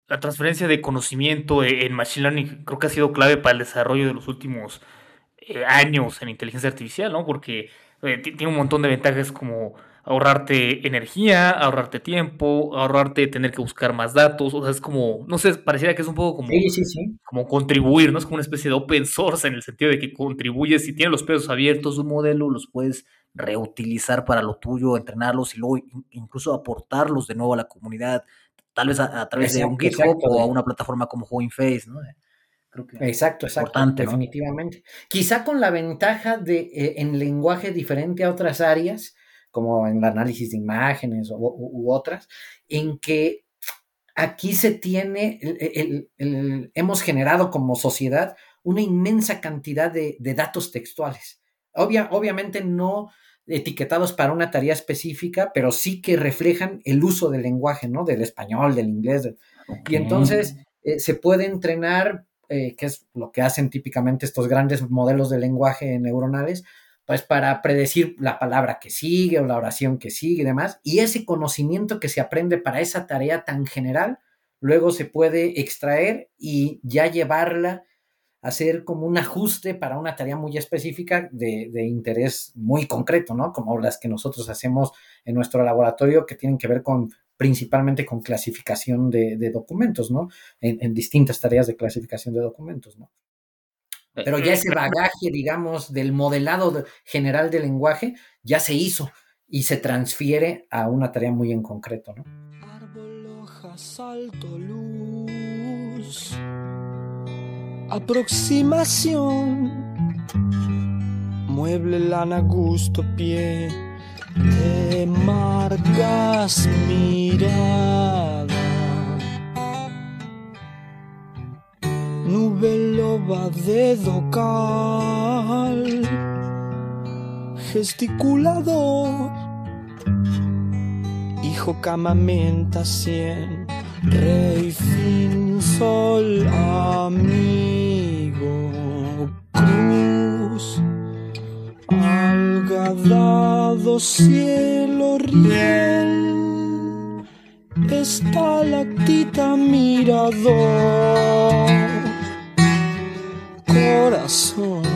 la transferencia de conocimiento en Machine Learning creo que ha sido clave para el desarrollo de los últimos años en inteligencia artificial, ¿no? Porque tiene un montón de ventajas como ahorrarte energía, ahorrarte tiempo, ahorrarte tener que buscar más datos. O sea, es como, no sé, pareciera que es un poco Sí, sí, sí. como contribuir, ¿no? Es como una especie de open source en el sentido de que contribuyes, si tienes los pesos abiertos de un modelo, los puedes reutilizar para lo tuyo, entrenarlos y luego incluso aportarlos de nuevo a la comunidad, tal vez a través de un Exacto, GitHub exacto. o a una plataforma como Hugging Face, ¿no? Creo que Exacto, exacto, importante, ¿no? definitivamente. Quizá con la ventaja de en lenguaje diferente a otras áreas, como en el análisis de imágenes u otras, en que aquí se tiene, hemos generado como sociedad una inmensa cantidad de datos textuales. Obviamente no etiquetados para una tarea específica, pero sí que reflejan el uso del lenguaje, ¿no? Del español, del inglés. Ok. Y entonces se puede entrenar, que es lo que hacen típicamente estos grandes modelos de lenguaje neuronales, pues para predecir la palabra que sigue o la oración que sigue y demás. Y ese conocimiento que se aprende para esa tarea tan general, luego se puede extraer y ya llevarla a hacer como un ajuste para una tarea muy específica de interés muy concreto, ¿no? Como las que nosotros hacemos en nuestro laboratorio que tienen que ver con principalmente con clasificación de documentos, ¿no? En distintas tareas de clasificación de documentos, ¿no? Pero ya ese bagaje, digamos, del modelado general del lenguaje ya se hizo y se transfiere a una tarea muy en concreto, ¿no? Árbol, hoja, salto, luz. Aproximación. Mueble, lana, gusto, pie. Te marcas mirada. Nube, loba, dedo, cal. Gesticulador. Hijo, camamenta, cien. Rey, fin, sol, amigo, cruz, alga, dado, cielo, riel, estalactita, mirador, corazón,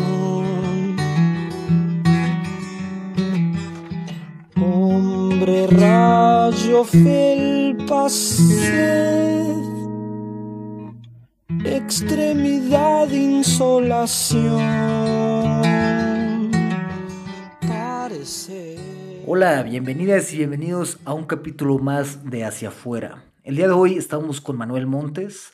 hombre, rayo, felpa, sed, extremidad, insolación, parecer. Hola, bienvenidas y bienvenidos a un capítulo más de Hacia Afuera. El día de hoy estamos con Manuel Montes,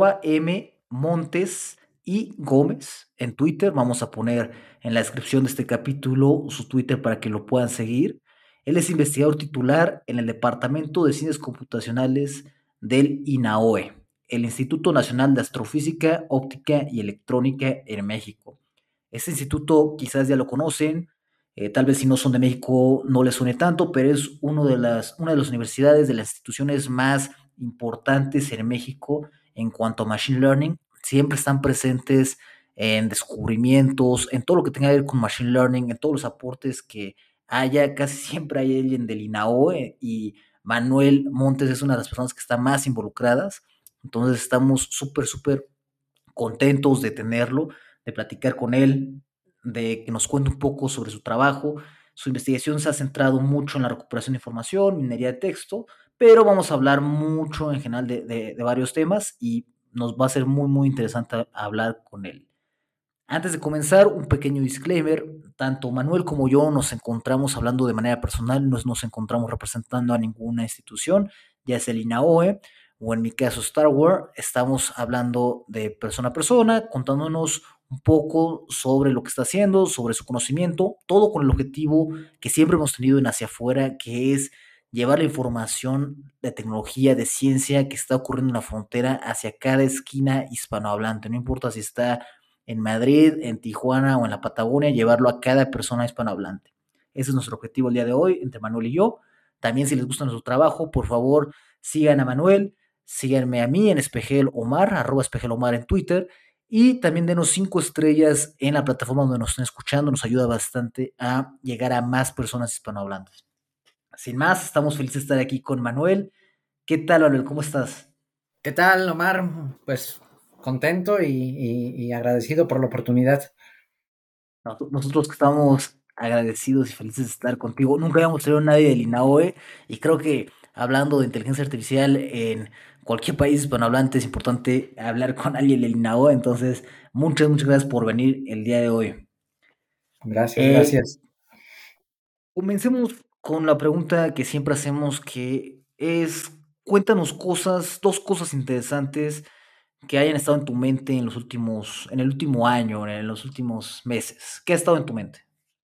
@mmontes y Gómez en Twitter. Vamos a poner en la descripción de este capítulo su Twitter para que lo puedan seguir. Él es investigador titular en el Departamento de Ciencias Computacionales del INAOE, el Instituto Nacional de Astrofísica, Óptica y Electrónica en México. Este instituto quizás ya lo conocen, tal vez si no son de México no les suene tanto, pero es una de las universidades, de las instituciones más importantes en México en cuanto a Machine Learning. Siempre están presentes en descubrimientos, en todo lo que tenga que ver con Machine Learning, en todos los aportes que haya. Casi siempre hay alguien del INAOE y Manuel Montes es una de las personas que está más involucradas. Entonces estamos súper contentos de tenerlo, de platicar con él, de que nos cuente un poco sobre su trabajo. Su investigación se ha centrado mucho en la recuperación de información, minería de texto, pero vamos a hablar mucho en general de varios temas y nos va a ser muy interesante hablar con él. Antes de comenzar, un pequeño disclaimer. Tanto Manuel como yo nos encontramos hablando de manera personal, no nos encontramos representando a ninguna institución, ya sea el INAOE o en mi caso Star Wars. Estamos hablando de persona a persona, contándonos un poco sobre lo que está haciendo, sobre su conocimiento, todo con el objetivo que siempre hemos tenido en Hacia Afuera, que es llevar la información de tecnología, de ciencia que está ocurriendo en la frontera hacia cada esquina hispanohablante. No importa si está en Madrid, en Tijuana o en la Patagonia, llevarlo a cada persona hispanohablante. Ese es nuestro objetivo el día de hoy, entre Manuel y yo. También si les gusta nuestro trabajo, por favor, sigan a Manuel, síganme a mí en Espejel Omar, @Espejel Omar en Twitter, y también denos 5 estrellas en la plataforma donde nos estén escuchando, nos ayuda bastante a llegar a más personas hispanohablantes. Sin más, estamos felices de estar aquí con Manuel. ¿Qué tal, Manuel? ¿Cómo estás? ¿Qué tal, Omar? Pues contento y agradecido por la oportunidad. Nosotros que estamos agradecidos y felices de estar contigo. Nunca habíamos tenido a nadie del INAOE y creo que hablando de inteligencia artificial en cualquier país hispanohablante es importante hablar con alguien del INAOE. Entonces, muchas gracias por venir el día de hoy. Gracias, Eh, gracias. Comencemos con la pregunta que siempre hacemos, que es, cuéntanos cosas, dos cosas interesantes que hayan estado en tu mente en el último año, en los últimos meses. ¿Qué ha estado en tu mente?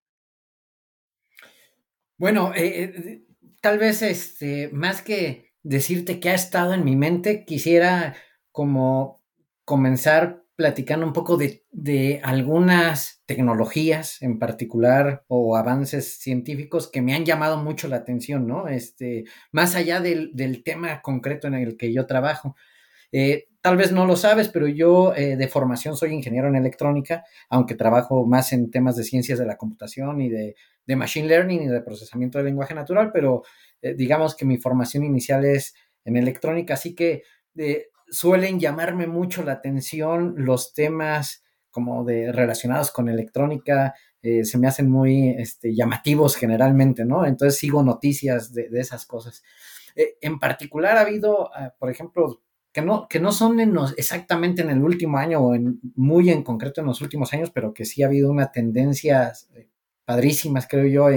Bueno, tal vez más que decirte que ha estado en mi mente, quisiera como comenzar platicando un poco de algunas tecnologías en particular o avances científicos que me han llamado mucho la atención, ¿no? Más allá del tema concreto en el que yo trabajo. Tal vez no lo sabes, pero yo de formación soy ingeniero en electrónica, aunque trabajo más en temas de ciencias de la computación y de machine learning y de procesamiento del lenguaje natural, pero digamos que mi formación inicial es en electrónica, así que suelen llamarme mucho la atención los temas como de relacionados con electrónica, se me hacen muy llamativos generalmente, ¿no? Entonces sigo noticias de esas cosas. En particular ha habido, por ejemplo, que no son exactamente en el último año o muy en concreto en los últimos años, pero que sí ha habido una tendencia padrísimas, creo yo,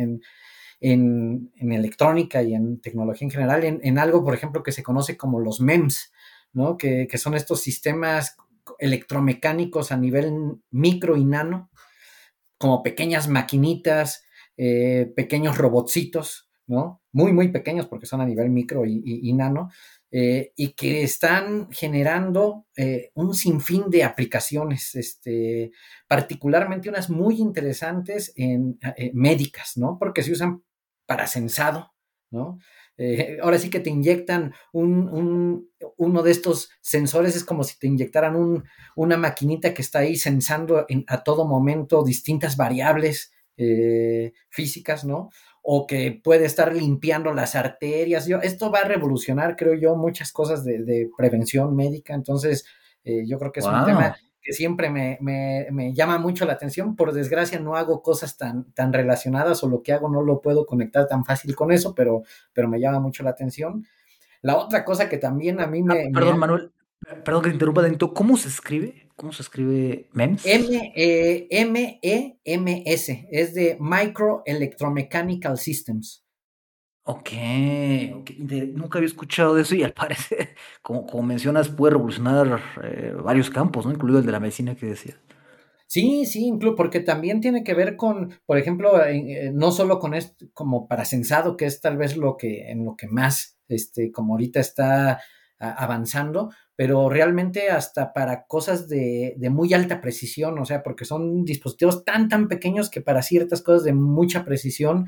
en electrónica y en tecnología en general, en algo, por ejemplo, que se conoce como los MEMS, ¿no? Que son estos sistemas electromecánicos a nivel micro y nano, como pequeñas maquinitas, pequeños robotcitos, ¿no? Muy pequeños porque son a nivel micro y nano, y que están generando un sinfín de aplicaciones, particularmente unas muy interesantes en médicas, ¿no? Porque se usan para sensado, ¿no? Ahora sí que te inyectan uno de estos sensores, es como si te inyectaran una maquinita que está ahí sensando a todo momento distintas variables físicas, ¿no? O que puede estar limpiando las arterias. Esto va a revolucionar, creo yo, muchas cosas de prevención médica. Entonces, yo creo que es un tema Wow. que siempre me llama mucho la atención. Por desgracia, no hago cosas tan relacionadas o lo que hago no lo puedo conectar tan fácil con eso, pero me llama mucho la atención. La otra cosa que también a mí me Perdón, ha Manuel, perdón que te interrumpa, Dento. ¿Cómo se escribe? ¿Cómo se escribe MEMS? MEMS, es de Micro Electromechanical Systems. Ok, ok, nunca había escuchado de eso y al parecer, como mencionas, puede revolucionar varios campos, ¿no? Incluido el de la medicina que decías. Sí, sí, incluso porque también tiene que ver con, por ejemplo, no solo con esto como para sensado, que es tal vez en lo que más, como ahorita está avanzando, pero realmente hasta para cosas de muy alta precisión, o sea, porque son dispositivos tan pequeños que para ciertas cosas de mucha precisión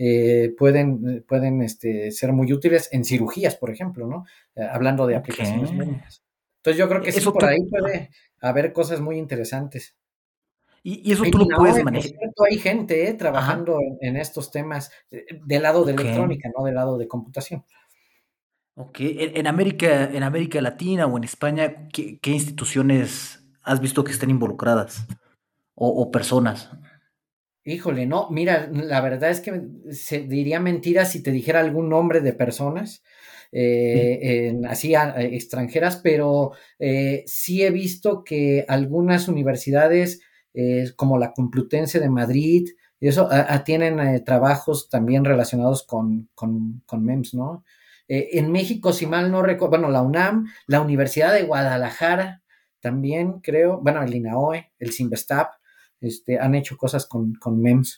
pueden ser muy útiles en cirugías, por ejemplo, ¿no? Hablando de Ok. aplicaciones médicas. Entonces yo creo que sí, Eso por ahí tú, puede haber cosas muy interesantes. y eso En tú lo puedes INAOE, por manejar. cierto, hay gente Ajá. trabajando en estos temas del lado de Ok. electrónica, no del lado de computación. Ok. En América Latina o en España, ¿qué instituciones has visto que estén involucradas? O personas. Híjole, no, mira, la verdad es que se diría mentira si te dijera algún nombre de personas Sí. así extranjeras, pero sí he visto que algunas universidades, como la Complutense de Madrid, y eso, tienen trabajos también relacionados con MEMS, ¿no? En México, si mal no recuerdo, bueno, la UNAM, la Universidad de Guadalajara, también creo, bueno, el INAOE, el CIMBESTAP, han hecho cosas con MEMS.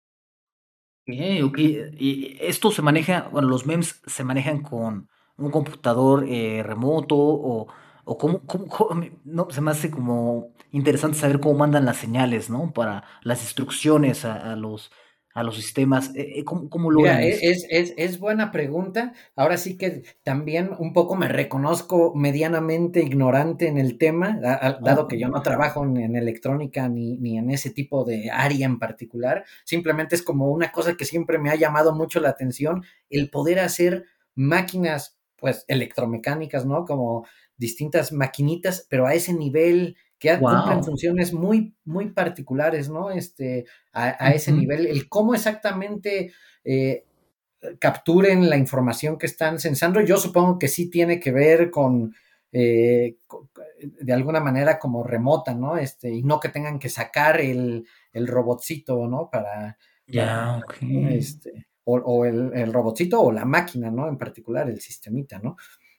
Ok. Y esto se maneja, bueno, los MEMS se manejan con un computador remoto o no, se me hace como interesante saber cómo mandan las señales, ¿no? Para las instrucciones a los sistemas. ¿Cómo Mira, logran esto? es buena pregunta. Ahora sí que también un poco me reconozco medianamente ignorante en el tema, dado que yo no trabajo en electrónica ni en ese tipo de área en particular. Simplemente es como una cosa que siempre me ha llamado mucho la atención, el poder hacer máquinas pues electromecánicas, ¿no? Como distintas maquinitas, pero a ese nivel que cumplen Wow. funciones muy, muy particulares, ¿no? A ese nivel, el cómo exactamente eh, capturen la información que están censando, yo supongo que sí tiene que ver con de alguna manera como remota, ¿no? Y no que tengan que sacar el robotcito, ¿no? Ya, ok. O el robotcito o la máquina, ¿no? En particular, el sistemita, ¿no?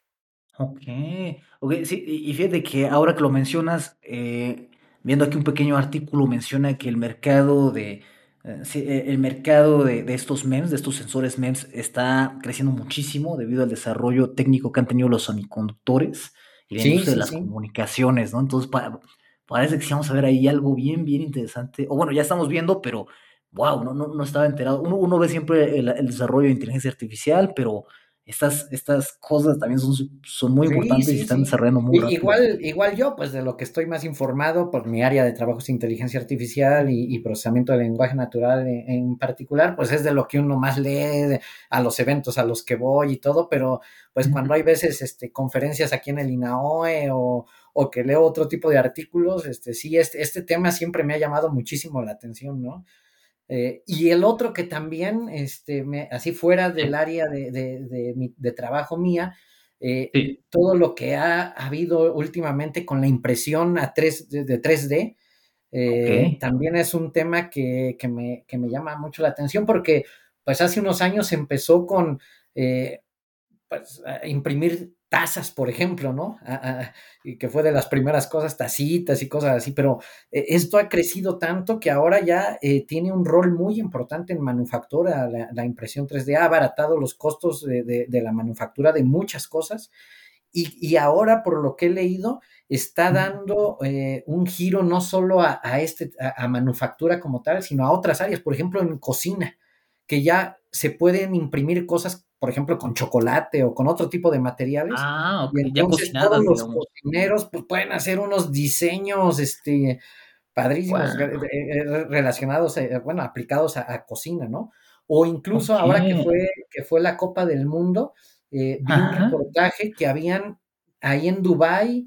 Ok, sí, y fíjate que ahora que lo mencionas, viendo aquí un pequeño artículo, menciona que el mercado de estos MEMS, de estos sensores MEMS, está creciendo muchísimo debido al desarrollo técnico que han tenido los semiconductores y la Sí, industria de sí, las sí. comunicaciones, ¿no? Entonces, parece que sí vamos a ver ahí algo bien, bien interesante. O bueno, ya estamos viendo, pero wow, no estaba enterado. Uno ve siempre el desarrollo de inteligencia artificial, pero estas cosas también son muy Sí, importantes y se sí, están sí. desarrollando muy rápido. Igual yo, pues de lo que estoy más informado, por mi área de trabajo es inteligencia artificial y procesamiento del lenguaje natural en particular, pues es de lo que uno más lee, a los eventos a los que voy y todo, pero pues Ujú. cuando hay veces conferencias aquí en el INAOE o que leo otro tipo de artículos, sí, este tema siempre me ha llamado muchísimo la atención, ¿no? Y el otro que también, así fuera del Sí, área de trabajo mía, sí, todo lo que ha habido últimamente con la impresión de 3D, ok. también es un tema que me llama mucho la atención porque pues hace unos años empezó con eh, pues, a imprimir tazas, por ejemplo, ¿no? Y que fue de las primeras cosas, tacitas y cosas así, pero esto ha crecido tanto que ahora ya tiene un rol muy importante en manufactura, la impresión 3D ha abaratado los costos de la manufactura de muchas cosas y ahora, por lo que he leído, está dando un giro no solo a manufactura como tal, sino a otras áreas, por ejemplo, en cocina, que ya se pueden imprimir cosas, por ejemplo, con chocolate o con otro tipo de materiales, Ah, y ok, ya entonces todos cocinadas, los digamos. cocineros pues, pueden hacer unos diseños padrísimos Wow, relacionados, bueno, aplicados a cocina, ¿no? O incluso ok. ahora que fue la Copa del Mundo, vi un Ajá, reportaje que habían ahí en Dubái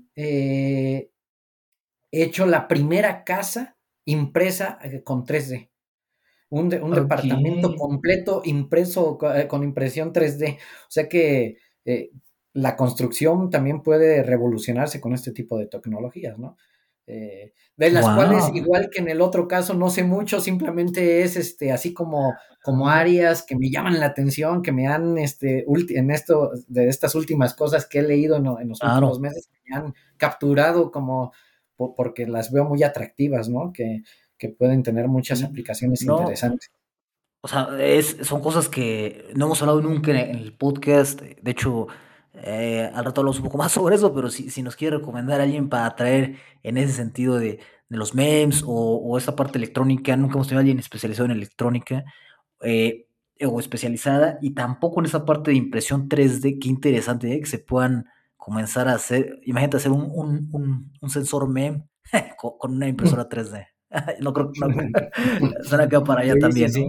hecho la primera casa impresa con 3D. Un ok. departamento completo impreso con impresión 3D. O sea que la construcción también puede revolucionarse con este tipo de tecnologías, ¿no? De las cuales, Wow. igual que en el otro caso, no sé mucho, simplemente es así como áreas que me llaman la atención, que me han, en esto, de estas últimas cosas que he leído en los últimos Claro. meses, me han capturado como, porque las veo muy atractivas, ¿no? Que pueden tener muchas Sí. aplicaciones No, interesantes. o sea, son cosas que no hemos hablado nunca en el podcast. De hecho, al rato hablamos un poco más sobre eso, pero si nos quiere recomendar a alguien para traer en ese sentido de los memes o esa parte electrónica, nunca hemos tenido a alguien especializado en electrónica eh, o especializada, y tampoco en esa parte de impresión 3D, qué interesante, que se puedan comenzar a hacer, imagínate hacer un sensor meme con una impresora 3D. No creo, no, suena que va para allá Sí, sí, también, sí. ¿no?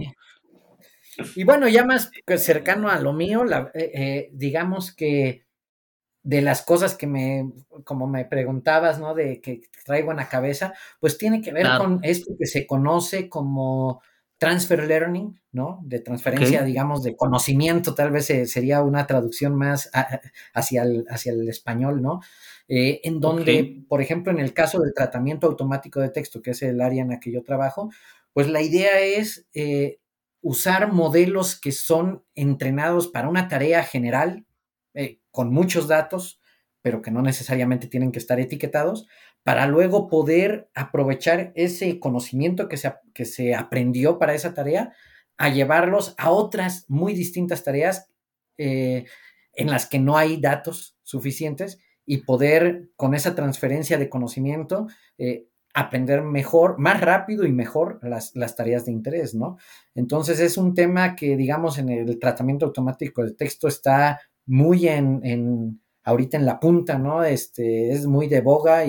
Y bueno, ya más cercano a lo mío, digamos que de las cosas como me preguntabas, ¿no? De que traigo en la cabeza, pues tiene que ver Claro, con esto que se conoce como transfer learning, ¿no? De ok, transferencia, digamos, de conocimiento, tal vez sería una traducción más hacia el español, ¿no? En ok, donde, por ejemplo, en el caso del tratamiento automático de texto, que es el área en la que yo trabajo, pues la idea es usar modelos que son entrenados para una tarea general, con muchos datos, pero que no necesariamente tienen que estar etiquetados, para luego poder aprovechar ese conocimiento que se aprendió para esa tarea, a llevarlos a otras muy distintas tareas eh, en las que no hay datos suficientes y poder con esa transferencia de conocimiento aprender mejor, más rápido y mejor las tareas de interés, ¿no? Entonces es un tema que, digamos, en el tratamiento automático de texto está muy ahorita en la punta, ¿no? Es muy de boga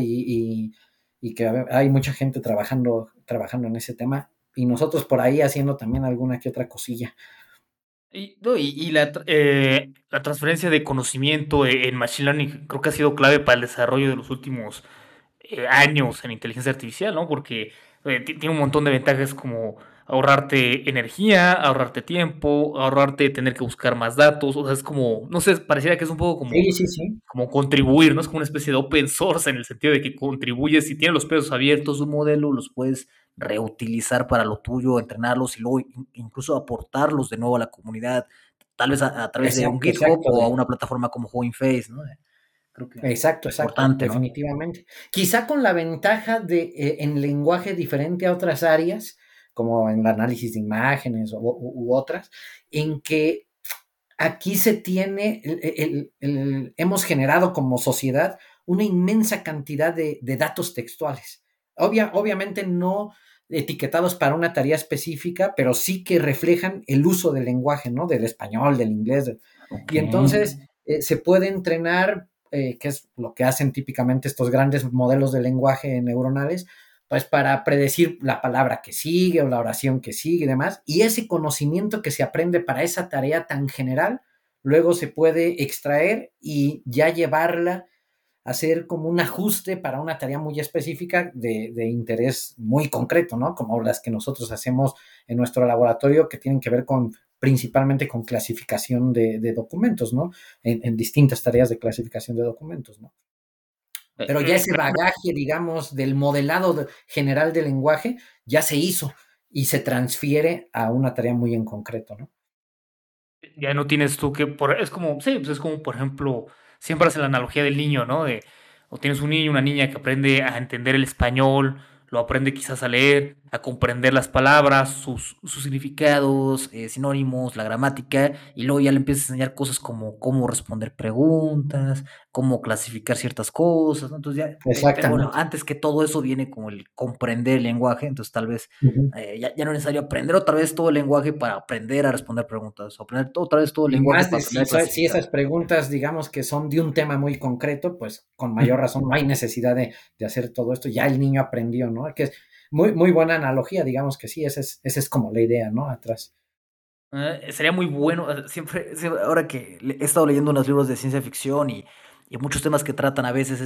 y que hay mucha gente trabajando en ese tema y nosotros por ahí haciendo también alguna que otra cosilla. Y, no, y la transferencia de conocimiento en Machine Learning creo que ha sido clave para el desarrollo de los últimos años en inteligencia artificial, ¿no? Porque tiene un montón de ventajas como ahorrarte energía, ahorrarte tiempo, ahorrarte tener que buscar más datos, o sea, es como, no sé, pareciera que es un poco Sí, sí, sí. como contribuir, ¿no? Es como una especie de open source en el sentido de que contribuyes, si tienes los pesos abiertos Un modelo los puedes reutilizar para lo tuyo, entrenarlos y luego incluso aportarlos de nuevo a la comunidad, tal vez a través de un Exacto, GitHub exacto. o a una plataforma como Hugging Face, ¿no? Creo que Exacto, exacto, importante, ¿no? definitivamente. Quizá con la ventaja de en lenguaje diferente a otras áreas, como en el análisis de imágenes u otras, en que aquí se tiene, hemos generado como sociedad una inmensa cantidad de datos textuales. Obviamente no etiquetados para una tarea específica, pero sí que reflejan el uso del lenguaje, ¿no? Del español, del inglés. Ok. Y entonces se puede entrenar, que es lo que hacen típicamente estos grandes modelos de lenguaje neuronales, pues para predecir la palabra que sigue o la oración que sigue y demás. Y ese conocimiento que se aprende para esa tarea tan general, luego se puede extraer y ya llevarla a hacer como un ajuste para una tarea muy específica de interés muy concreto, ¿no? Como las que nosotros hacemos en nuestro laboratorio que tienen que ver con principalmente con clasificación de documentos, ¿no? En distintas tareas de clasificación de documentos, ¿no? Pero ya ese bagaje, digamos, del modelado general del lenguaje ya se hizo y se transfiere a una tarea muy en concreto, ¿no? ya no tienes tú que, es como, sí, pues es como, por ejemplo, siempre hace la analogía del niño, ¿no? De, o tienes un niño, una niña que aprende a entender el español, lo aprende quizás a leer, a comprender las palabras, sus significados, sinónimos, la gramática, y luego ya le empiezas a enseñar cosas como cómo responder preguntas, cómo clasificar ciertas cosas, ¿no? Entonces ya, pero bueno, Exactamente. antes que todo eso viene como el comprender el lenguaje, entonces tal vez Uh-huh. ya no es necesario aprender otra vez todo el lenguaje para aprender a responder preguntas, o aprender otra vez todo el Y lenguaje más para de aprender a si clasificar. esas preguntas, digamos que son de un tema muy concreto, pues con mayor razón no hay necesidad de hacer todo esto. Ya el niño aprendió, ¿no? Que es muy, muy buena analogía, digamos que sí, esa es como la idea, ¿no? Atrás. Sería muy bueno, Ahora que he estado leyendo unos libros de ciencia ficción y muchos temas que tratan a veces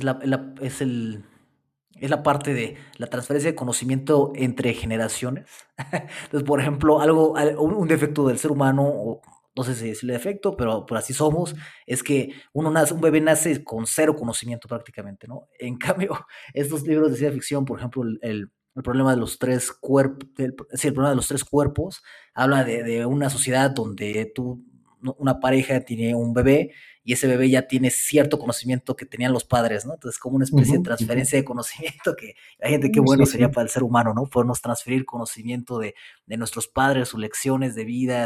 es la parte de la transferencia de conocimiento entre generaciones. Entonces, por ejemplo, un defecto del ser humano, o no sé si decirle defecto, pero así somos, es que un bebé nace con cero conocimiento prácticamente, ¿no? En cambio, estos libros de ciencia ficción, por ejemplo, el problema de los tres cuerpos, sí, el problema de los tres cuerpos, habla de una sociedad donde una pareja tiene un bebé y ese bebé ya tiene cierto conocimiento que tenían los padres, ¿no? Entonces, como una especie de Uh-huh, uh-huh. transferencia de conocimiento que la gente, qué bueno Sí, sería sí. para el ser humano, ¿no? Podernos transferir conocimiento de nuestros padres, sus lecciones de vida,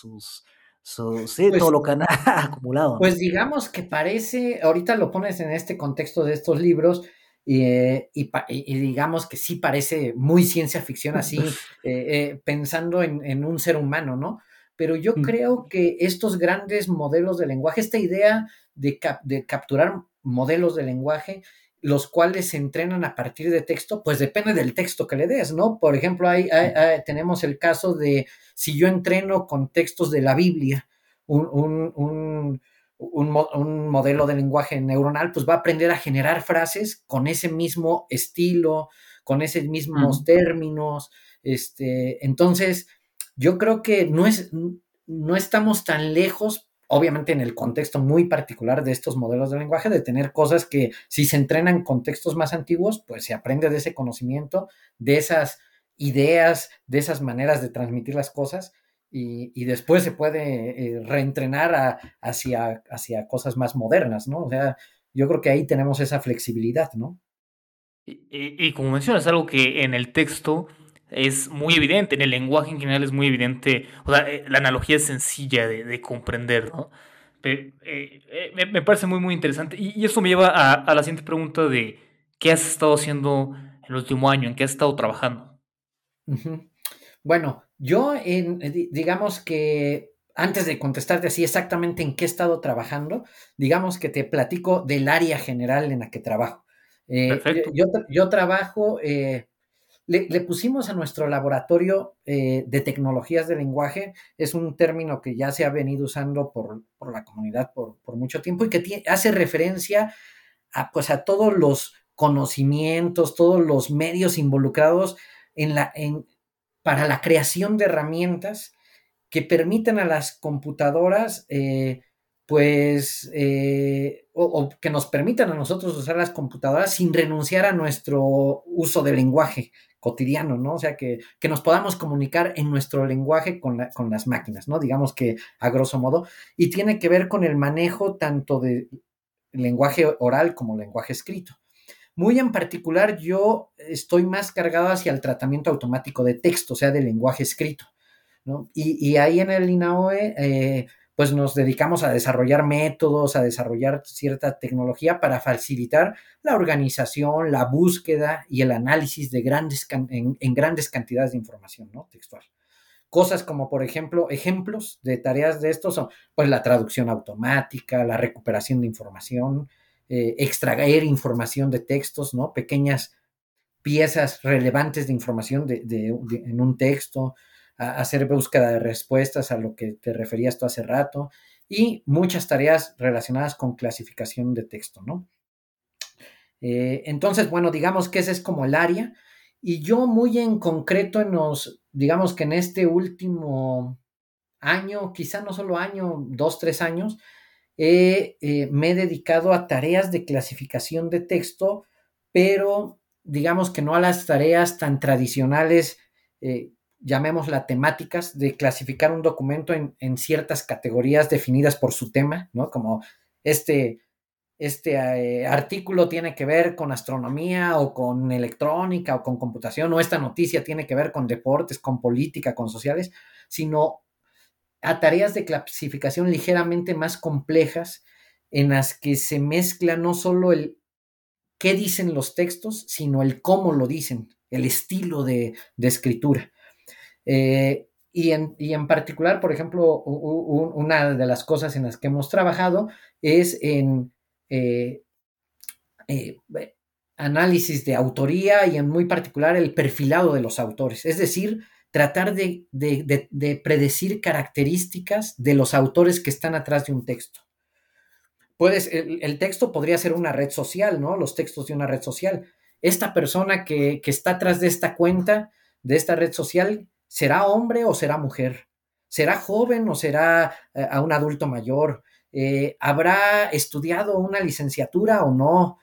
sí, todo Pues, lo que han acumulado, ¿no? pues digamos que parece, ahorita lo pones en este contexto de estos libros, y digamos que sí parece muy ciencia ficción así, pensando en un ser humano, ¿no? Pero yo creo que estos grandes modelos de lenguaje, esta idea de capturar modelos de lenguaje, los cuales se entrenan a partir de texto, pues depende del texto que le des, ¿no? Por ejemplo, tenemos el caso de si yo entreno con textos de la Biblia, un, un, un, un modelo de lenguaje neuronal, pues va a aprender a generar frases con ese mismo estilo, con esos mismos términos. Entonces, yo creo que no estamos tan lejos, obviamente en el contexto muy particular de estos modelos de lenguaje, de tener cosas que si se entrenan en contextos más antiguos, pues se aprende de ese conocimiento, de esas ideas, de esas maneras de transmitir las cosas, y después se puede reentrenar hacia cosas más modernas, ¿no? O sea, yo creo que ahí tenemos esa flexibilidad, ¿no? y como mencionas, algo que en el texto es muy evidente, en el lenguaje en general es muy evidente, o sea, la analogía es sencilla de comprender, ¿no? Me parece muy, muy interesante. Y eso me lleva a la siguiente pregunta de ¿qué has estado haciendo el último año? ¿En qué has estado trabajando? Ujú. Bueno, yo digamos que antes de contestarte así exactamente en qué he estado trabajando, digamos que te platico del área general en la que trabajo. Perfecto. Yo trabajo le pusimos a nuestro laboratorio de tecnologías de lenguaje, es un término que ya se ha venido usando por la comunidad por mucho tiempo y que hace referencia a, pues, a todos los conocimientos, todos los medios involucrados para la creación de herramientas que permiten a las computadoras, o que nos permitan a nosotros usar las computadoras sin renunciar a nuestro uso del lenguaje cotidiano, ¿no? O sea, que nos podamos comunicar en nuestro lenguaje con las máquinas, ¿no? Digamos que a grosso modo, y tiene que ver con el manejo tanto de lenguaje oral como lenguaje escrito. Muy en particular, yo estoy más cargado hacia el tratamiento automático de texto, o sea, de lenguaje escrito, ¿no? Y ahí en el INAOE, pues nos dedicamos a desarrollar métodos, a desarrollar cierta tecnología para facilitar la organización, la búsqueda y el análisis de en grandes cantidades de información, ¿no? Textual. Cosas como, por ejemplo, ejemplos de tareas de estos son, pues, la traducción automática, la recuperación de información, extraer información de textos, ¿no? Pequeñas piezas relevantes de información en un texto, hacer búsqueda de respuestas a lo que te referías tú hace rato, y muchas tareas relacionadas con clasificación de texto, ¿no? Entonces, bueno, digamos que ese es como el área, y yo muy en concreto digamos que en este último año, quizá no solo año, 2, 3 años, me he dedicado a tareas de clasificación de texto, pero digamos que no a las tareas tan tradicionales, llamémoslas temáticas, de clasificar un documento en ciertas categorías definidas por su tema, ¿no? Como este artículo tiene que ver con astronomía o con electrónica o con computación, o esta noticia tiene que ver con deportes, con política, con sociales, sino a tareas de clasificación ligeramente más complejas, en las que se mezcla no solo el qué dicen los textos, sino el cómo lo dicen, el estilo de escritura. Y en particular, por ejemplo, una de las cosas en las que hemos trabajado es en análisis de autoría y en muy particular el perfilado de los autores, es decir, tratar de predecir características de los autores que están atrás de un texto. El texto podría ser una red social, ¿no? Los textos de una red social. Esta persona que está atrás de esta cuenta, de esta red social, ¿será hombre o será mujer? ¿Será joven o será a un adulto mayor? ¿Habrá estudiado una licenciatura o no?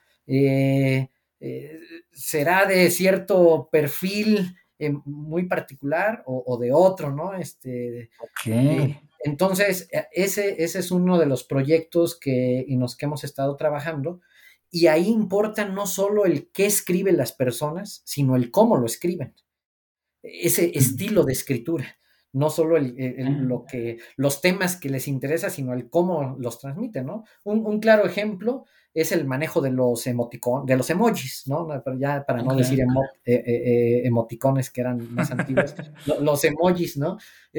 ¿Será de cierto perfil muy particular o de otro, ¿no? Ok. Entonces, ese es uno de los proyectos en los que hemos estado trabajando, y ahí importa no solo el qué escriben las personas, sino el cómo lo escriben, ese estilo de escritura, no solo los temas que les interesa, sino el cómo los transmiten, ¿no? Un claro ejemplo es el manejo de los de los emojis, ¿no? Ya para no decir emoticones que eran más antiguos, los emojis, ¿no?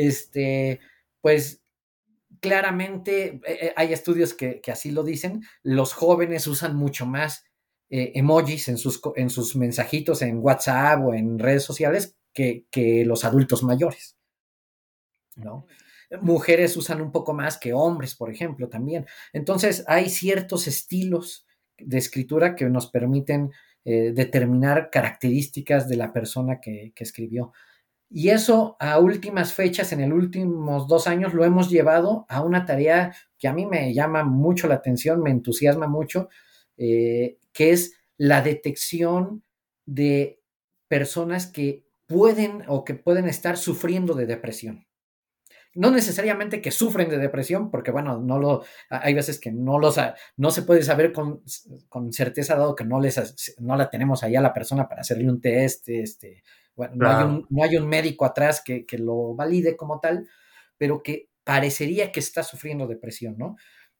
Pues claramente hay estudios que así lo dicen, los jóvenes usan mucho más emojis en sus mensajitos en WhatsApp o en redes sociales que los adultos mayores, ¿no? Mujeres usan un poco más que hombres, por ejemplo, también. Entonces, hay ciertos estilos de escritura que nos permiten determinar características de la persona que escribió. Y eso, a últimas fechas, en los últimos 2 años, lo hemos llevado a una tarea que a mí me llama mucho la atención, me entusiasma mucho, que es la detección de personas que pueden estar sufriendo de depresión. No necesariamente que sufren de depresión, porque bueno, hay veces que no se puede saber con certeza, dado que no la tenemos ahí a la persona para hacerle un test, bueno, Claro. no hay un médico atrás que lo valide como tal, pero que parecería que está sufriendo depresión, ¿no?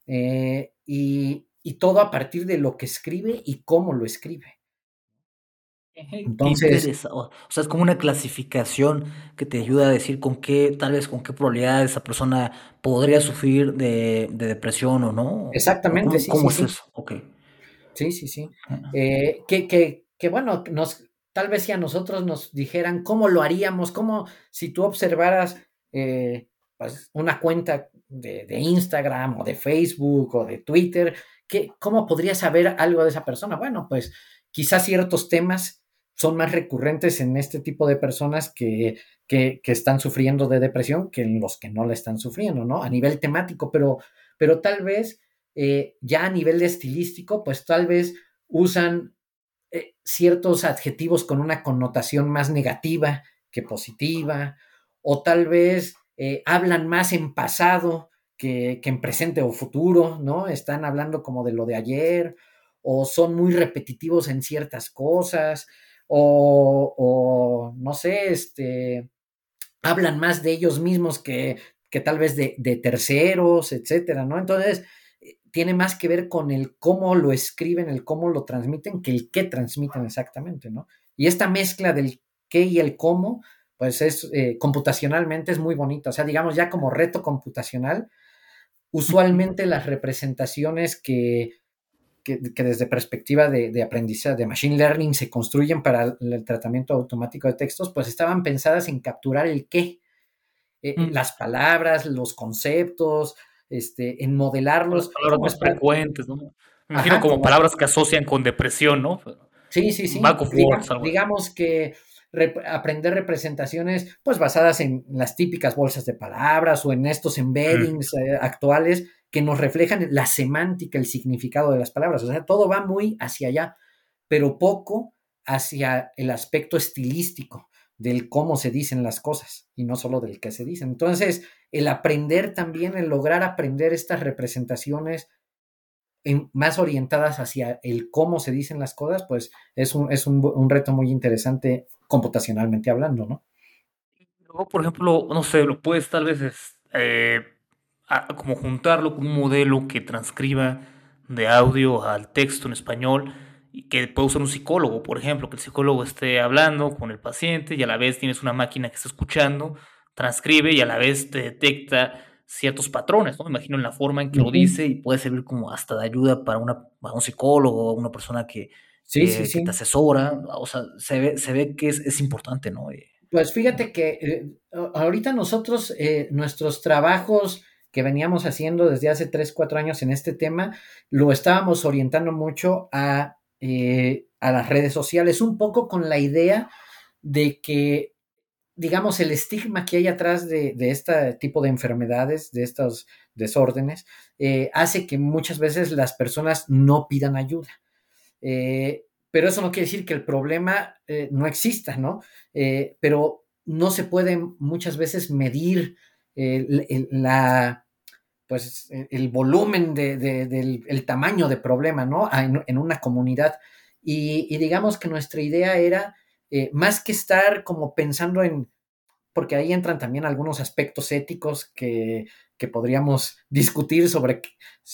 Y todo a partir de lo que escribe y cómo lo escribe. Qué Entonces, interesante. O sea, es como una clasificación que te ayuda a decir tal vez con qué probabilidad esa persona podría sufrir de depresión o no. ¿O exactamente, sí, cómo sí, es sí. eso? Ok. Sí, sí, sí. Que bueno, tal vez si a nosotros nos dijeran cómo lo haríamos, cómo si tú observaras pues una cuenta de Instagram o de Facebook o de Twitter, ¿cómo podrías saber algo de esa persona? Bueno, pues quizás ciertos temas son más recurrentes en este tipo de personas que están sufriendo de depresión que en los que no la están sufriendo, ¿no? A nivel temático, pero tal vez ya a nivel estilístico, pues tal vez usan ciertos adjetivos con una connotación más negativa que positiva, o tal vez hablan más en pasado que en presente o futuro, ¿no? Están hablando como de lo de ayer, o son muy repetitivos en ciertas cosas, o no sé, hablan más de ellos mismos que tal vez de terceros, etcétera, ¿no? Entonces, tiene más que ver con el cómo lo escriben, el cómo lo transmiten, que el qué transmiten exactamente, ¿no? Y esta mezcla del qué y el cómo, pues es computacionalmente es muy bonita. O sea, digamos, ya como reto computacional, usualmente las representaciones que desde perspectiva de aprendizaje, de machine learning, se construyen para el tratamiento automático de textos, pues estaban pensadas en capturar el qué, las palabras, los conceptos, en O las modelarlos, palabras como es más para, frecuentes, ¿no? Me imagino ajá, como como, palabras que asocian con depresión, ¿no? sí, sí, Back sí, of words, algo así. digamos que aprender representaciones, pues basadas en las típicas bolsas de palabras o en estos Ujú. embeddings actuales que nos reflejan la semántica, el significado de las palabras. O sea, todo va muy hacia allá, pero poco hacia el aspecto estilístico del cómo se dicen las cosas y no solo del qué se dicen. Entonces, el aprender también, el lograr aprender estas representaciones más orientadas hacia el cómo se dicen las cosas, pues es un reto muy interesante computacionalmente hablando, ¿no? Luego, por ejemplo, no sé, lo puedes tal vez como juntarlo con un modelo que transcriba de audio al texto en español y que pueda usar un psicólogo, por ejemplo, que el psicólogo esté hablando con el paciente y a la vez tienes una máquina que está escuchando, transcribe y a la vez te detecta ciertos patrones, ¿no? Me imagino en la forma en que lo Ujú. dice y puede servir como hasta de ayuda para un psicólogo, una persona Sí, sí, que te sí. asesora, o sea, se ve que es importante, ¿no? Pues fíjate que ahorita nosotros, nuestros trabajos que veníamos haciendo desde hace 3 4 años en este tema, lo estábamos orientando mucho a las redes sociales, un poco con la idea de que, digamos, el estigma que hay atrás de este tipo de enfermedades, de estos desórdenes, hace que muchas veces las personas no pidan ayuda. Pero eso no quiere decir que el problema no exista, ¿no? Pero no se puede muchas veces medir la, pues, el volumen del el tamaño de problema, ¿no? En una comunidad. Y digamos que nuestra idea era, más que estar como pensando en, porque ahí entran también algunos aspectos éticos que podríamos discutir sobre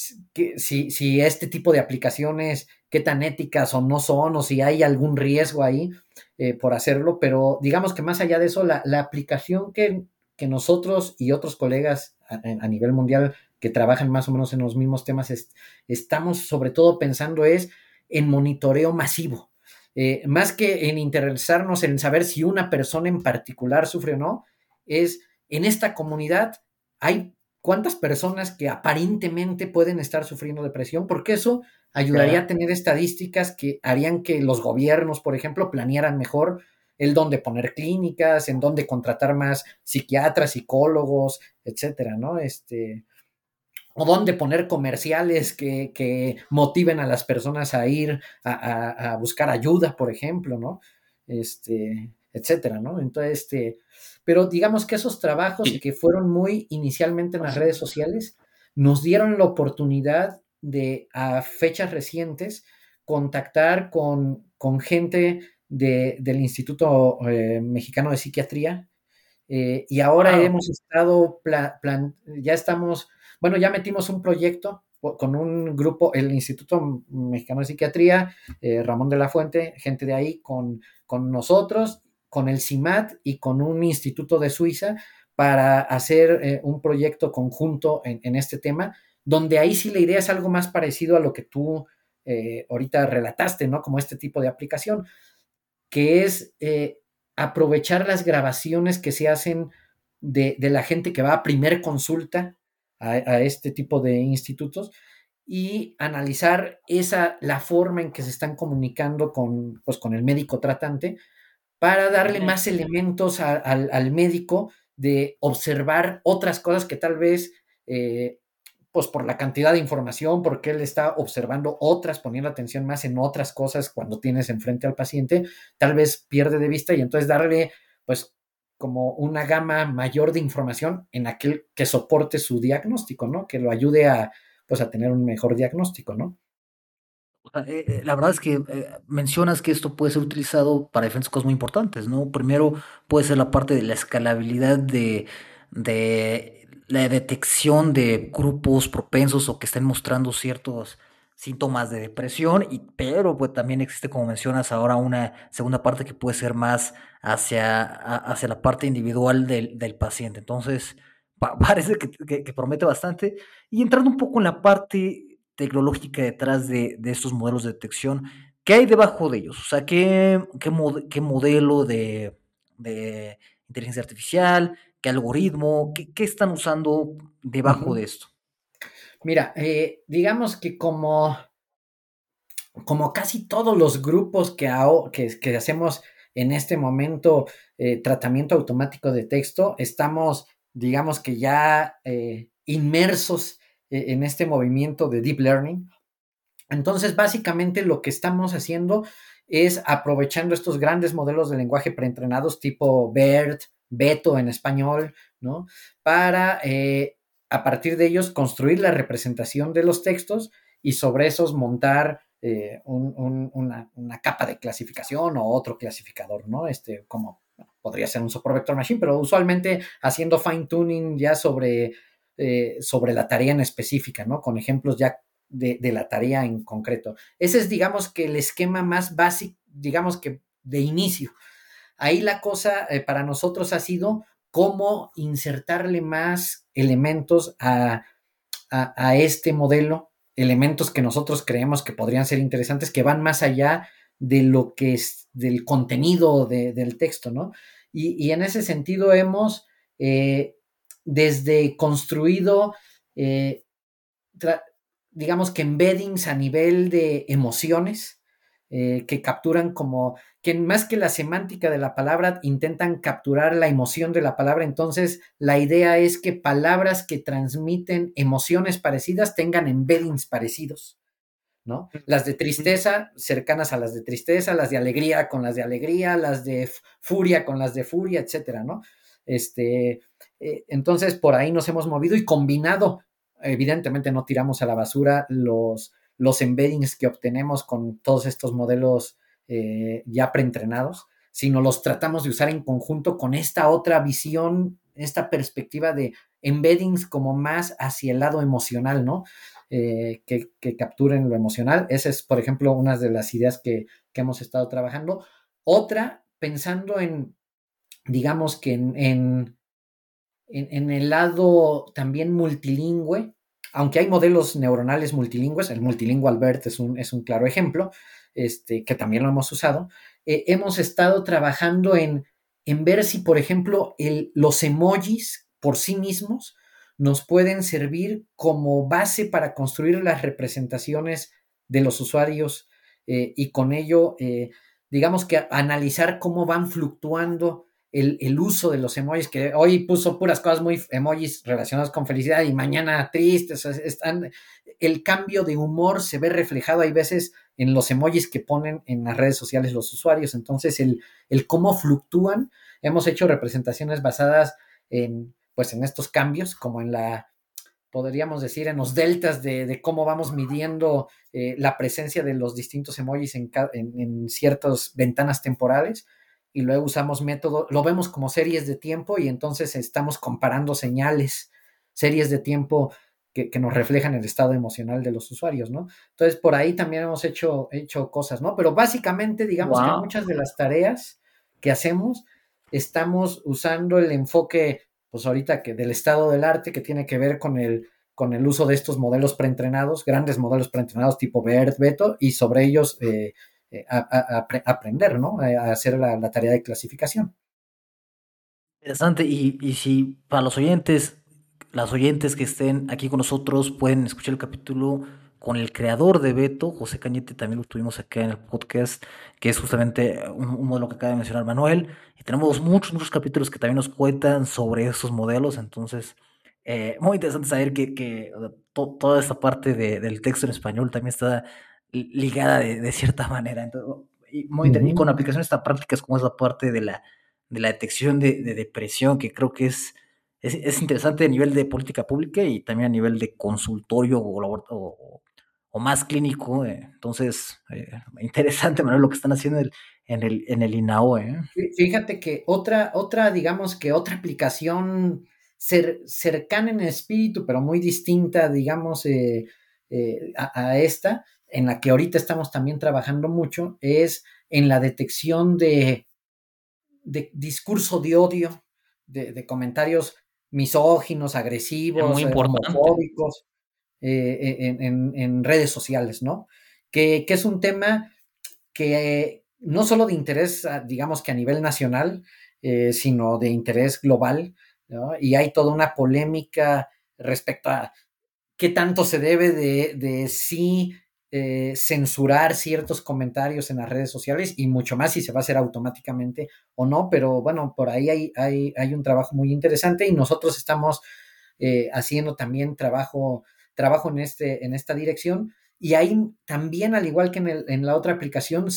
si este tipo de aplicaciones, qué tan éticas o no son, o si hay algún riesgo ahí por hacerlo, pero digamos que más allá de eso, la aplicación que nosotros y otros colegas a nivel mundial que trabajan más o menos en los mismos temas, estamos sobre todo pensando es en monitoreo masivo, más que en interesarnos en saber si una persona en particular sufre o no, es en esta comunidad hay cuántas personas que aparentemente pueden estar sufriendo depresión, porque eso ayudaría a Ya. tener estadísticas que harían que los gobiernos, por ejemplo, planearan mejor el dónde poner clínicas, en dónde contratar más psiquiatras, psicólogos, etcétera, ¿no? O dónde poner comerciales que motiven a las personas a ir a buscar ayuda, por ejemplo, ¿no? Etcétera, ¿no? Entonces, pero digamos que esos trabajos Y que fueron muy inicialmente en las redes sociales nos dieron la oportunidad de, a fechas recientes, contactar con gente del Instituto Mexicano de Psiquiatría, y ahora wow. hemos estado, ya estamos, bueno, ya metimos un proyecto con un grupo, el Instituto Mexicano de Psiquiatría, Ramón de la Fuente, gente de ahí, con nosotros, con el CIMAT y con un instituto de Suiza para hacer un proyecto conjunto en este tema, donde ahí sí la idea es algo más parecido a lo que tú ahorita relataste, ¿no? Como este tipo de aplicación. que es aprovechar las grabaciones que se hacen de la gente que va a primer consulta a este tipo de institutos y analizar la forma en que se están comunicando con el médico tratante para darle más elementos al médico de observar otras cosas que tal vez, pues por la cantidad de información, porque él está observando otras, poniendo atención más en otras cosas cuando tienes enfrente al paciente, tal vez pierde de vista y entonces darle, pues, como una gama mayor de información en aquel que soporte su diagnóstico, ¿no? Que lo ayude pues, a tener un mejor diagnóstico, ¿no? La verdad es que mencionas que esto puede ser utilizado para diferentes cosas muy importantes, ¿no? Primero puede ser la parte de la escalabilidad de la detección de grupos propensos o que estén mostrando ciertos síntomas de depresión, pero pues también existe, como mencionas ahora, una segunda parte que puede ser más hacia la parte individual del paciente. Entonces, parece que promete bastante. Y entrando un poco en la parte tecnológica detrás de estos modelos de detección, ¿qué hay debajo de ellos? O sea, ¿qué modelo de inteligencia artificial, qué algoritmo, qué están usando debajo de esto? Mira, digamos que como casi todos los grupos que hacemos en este momento, tratamiento automático de texto, estamos, digamos que ya inmersos en este movimiento de deep learning. Entonces, básicamente lo que estamos haciendo es aprovechando estos grandes modelos de lenguaje preentrenados tipo BERT, Beto en español, ¿no? Para, a partir de ellos, construir la representación de los textos y sobre esos montar una capa de clasificación o otro clasificador, ¿no? Como podría ser un support vector machine, pero usualmente haciendo fine tuning ya sobre la tarea en específica, ¿no? Con ejemplos ya de la tarea en concreto. Ese es, digamos, que el esquema más básico, digamos que de inicio. Ahí la cosa para nosotros ha sido cómo insertarle más elementos a este modelo, elementos que nosotros creemos que podrían ser interesantes, que van más allá de lo que es del contenido del texto, ¿no? Y en ese sentido hemos desde construido digamos que embeddings a nivel de emociones que capturan que más que la semántica de la palabra intentan capturar la emoción de la palabra. Entonces la idea es que palabras que transmiten emociones parecidas tengan embeddings parecidos, ¿no? Las de tristeza cercanas a las de tristeza, las de alegría con las de alegría, las de furia con las de furia, etcétera, ¿no? Entonces por ahí nos hemos movido y combinado. Evidentemente no tiramos a la basura los embeddings que obtenemos con todos estos modelos ya preentrenados, sino los tratamos de usar en conjunto con esta otra visión, esta perspectiva de embeddings como más hacia el lado emocional, ¿no? Que capturen lo emocional. Esa es, por ejemplo, una de las ideas que hemos estado trabajando. Otra, pensando digamos que en el lado también multilingüe, aunque hay modelos neuronales multilingües, el multilingual BERT es un claro ejemplo, que también lo hemos usado. Hemos estado trabajando en ver si, por ejemplo, los emojis por sí mismos nos pueden servir como base para construir las representaciones de los usuarios y con ello, digamos que analizar cómo van fluctuando el uso de los emojis, que hoy puso puras cosas muy emojis relacionadas con felicidad y mañana tristes. El cambio de humor se ve reflejado hay veces en los emojis que ponen en las redes sociales los usuarios. Entonces, el cómo fluctúan, hemos hecho representaciones basadas pues en estos cambios, como podríamos decir, en los deltas de cómo vamos midiendo la presencia de los distintos emojis en ciertas ventanas temporales. Y luego usamos lo vemos como series de tiempo y entonces estamos comparando series de tiempo que nos reflejan el estado emocional de los usuarios, ¿no? Entonces, por ahí también hemos hecho cosas, ¿no? Pero básicamente, digamos que muchas de las tareas que hacemos estamos usando el enfoque, pues ahorita del estado del arte, que tiene que ver con el uso de estos modelos preentrenados, grandes modelos preentrenados tipo BERT, Beto, y sobre ellos aprender, ¿no? A hacer la tarea de clasificación. Interesante. Y si para los oyentes, las oyentes que estén aquí con nosotros pueden escuchar el capítulo con el creador de Beto, José Cañete, también lo tuvimos acá en el podcast, que es justamente un modelo que acaba de mencionar Manuel. Y tenemos muchos capítulos que también nos cuentan sobre esos modelos. Entonces, muy interesante saber que toda esta parte del texto en español también está ligada de cierta manera. Entonces, y con aplicaciones tan prácticas como esa parte de la detección de depresión, que creo que es interesante a nivel de política pública y también a nivel de consultorio o más clínico. Entonces, interesante, Manuel, lo que están haciendo en el INAO. Fíjate que digamos que otra aplicación cercana en espíritu, pero muy distinta, digamos, a esta, en la que ahorita estamos también trabajando mucho, es en la detección de discurso de odio, de comentarios misóginos, Es agresivos, muy importante. homofóbicos, en redes sociales, ¿no? Que es un tema que no solo de interés, digamos que a nivel nacional, sino de interés global, ¿no? Y hay toda una polémica respecto a qué tanto se debe de sí censurar ciertos comentarios en las redes sociales y mucho más si se va a hacer automáticamente o no, pero bueno, por ahí hay un trabajo muy interesante y nosotros estamos haciendo también trabajo en esta dirección y ahí también, al igual que en la otra aplicación,